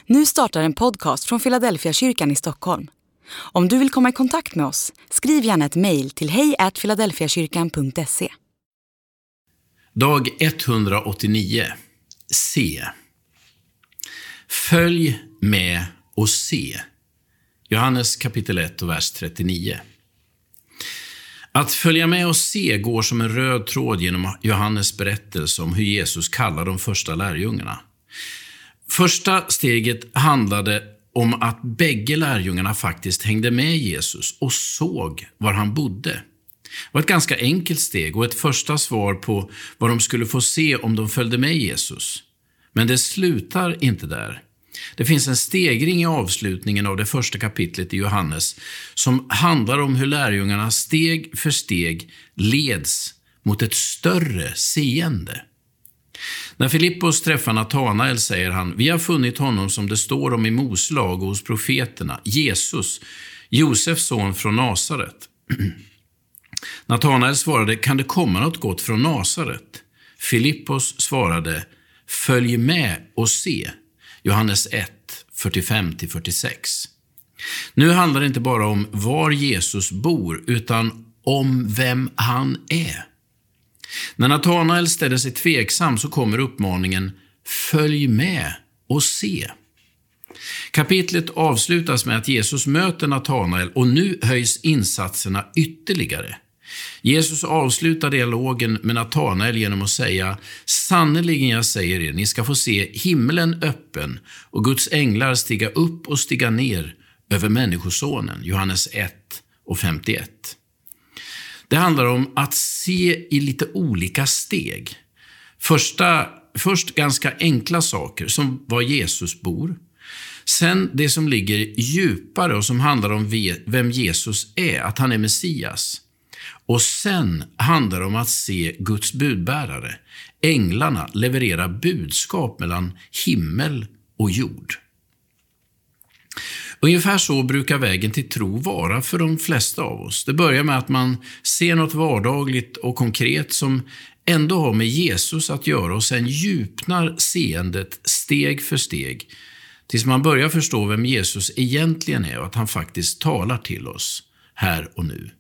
Nu startar en podcast från Philadelphia kyrkan i Stockholm. Om du vill komma i kontakt med oss, skriv gärna ett mejl till hej@philadelphiakyrkan.se. Dag 189. Se. Följ med och se. Johannes kapitel 1 och vers 39. Att följa med och se går som en röd tråd genom Johannes berättelse om hur Jesus kallar de första lärjungarna. Första steget handlade om att bägge lärjungarna faktiskt hängde med Jesus och såg var han bodde. Det var ett ganska enkelt steg och ett första svar på vad de skulle få se om de följde med Jesus. Men det slutar inte där. Det finns en stegring i avslutningen av det första kapitlet i Johannes som handlar om hur lärjungarna steg för steg leds mot ett större seende. När Filippos träffar Natanael säger han: vi har funnit honom som det står om i Mose lag och hos profeterna, Jesus, Josefs son från Nasaret. Natanael svarade: kan det komma något gott från Nasaret? Filippos svarade: följ med och se. Johannes 1, 45-46. Nu handlar det inte bara om var Jesus bor utan om vem han är. När Natanael ställer sig tveksam så kommer uppmaningen: följ med och se. Kapitlet avslutas med att Jesus möter Natanael och nu höjs insatserna ytterligare. Jesus avslutar dialogen med Natanael genom att säga: sannoliken jag säger er, ni ska få se himlen öppen och Guds änglar stiga upp och stiga ner över människosonen. Johannes 1 och 51. Det handlar om att se i lite olika steg. Först ganska enkla saker som var Jesus bor. Sen det som ligger djupare och som handlar om vem Jesus är, att han är Messias. Och sen handlar det om att se Guds budbärare. Änglarna levererar budskap mellan himmel och jord. Ungefär så brukar vägen till tro vara för de flesta av oss. Det börjar med att man ser något vardagligt och konkret som ändå har med Jesus att göra och sen djupnar seendet steg för steg tills man börjar förstå vem Jesus egentligen är och att han faktiskt talar till oss här och nu.